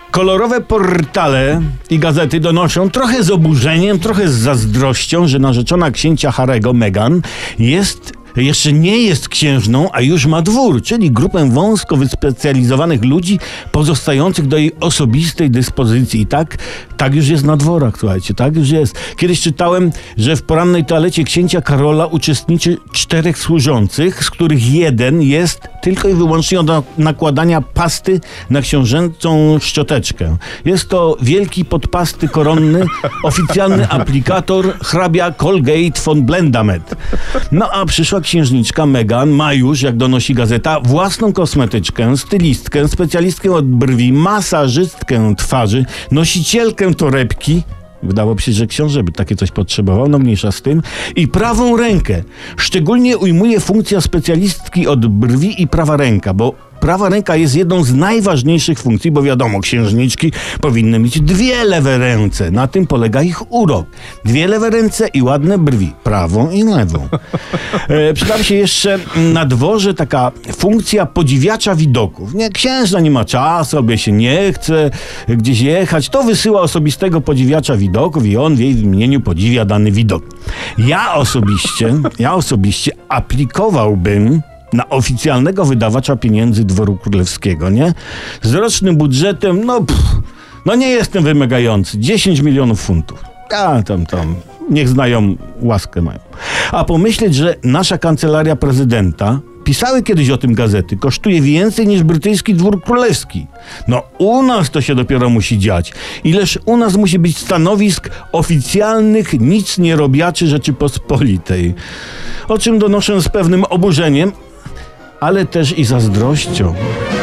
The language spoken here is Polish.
Kolorowe portale i gazety donoszą trochę z oburzeniem, trochę z zazdrością, że narzeczona księcia Harry'ego, Meghan, jeszcze nie jest księżną, a już ma dwór, czyli grupę wąsko wyspecjalizowanych ludzi pozostających do jej osobistej dyspozycji. I tak już jest na dworach, słuchajcie, tak już jest. Kiedyś czytałem, że w porannej toalecie księcia Karola uczestniczy 4 służących, z których jeden jest tylko i wyłącznie od nakładania pasty na książęcą szczoteczkę. Jest to wielki podpasty koronny, oficjalny aplikator hrabia Colgate von Blendamet. No a przyszła księżniczka Meghan ma już, jak donosi gazeta, własną kosmetyczkę, stylistkę, specjalistkę od brwi, masażystkę twarzy, nosicielkę torebki. Wydawałoby się, że książę by takie coś potrzebował, no mniejsza z tym. I prawą rękę. Szczególnie ujmuje funkcja specjalistki od brwi i prawa ręka, bo prawa ręka jest jedną z najważniejszych funkcji, bo wiadomo, księżniczki powinny mieć 2 lewe ręce. Na tym polega ich urok. 2 lewe ręce i ładne brwi. Prawą i lewą. Przyda się jeszcze na dworze taka funkcja podziwiacza widoków. Nie, księżna nie ma czasu, albo się nie chce gdzieś jechać, to wysyła osobistego podziwiacza widoków i on w jej imieniu podziwia dany widok. Ja osobiście aplikowałbym na oficjalnego wydawacza pieniędzy dworu królewskiego, nie? Z rocznym budżetem, no nie jestem wymagający. 10 milionów funtów. Tam. Niech znają, łaskę mają. A pomyśleć, że nasza kancelaria prezydenta, pisały kiedyś o tym gazety, kosztuje więcej niż brytyjski dwór królewski. No u nas to się dopiero musi dziać. Ileż u nas musi być stanowisk oficjalnych nic nie robiaczy Rzeczypospolitej. O czym donoszę z pewnym oburzeniem, ale też i zazdrością.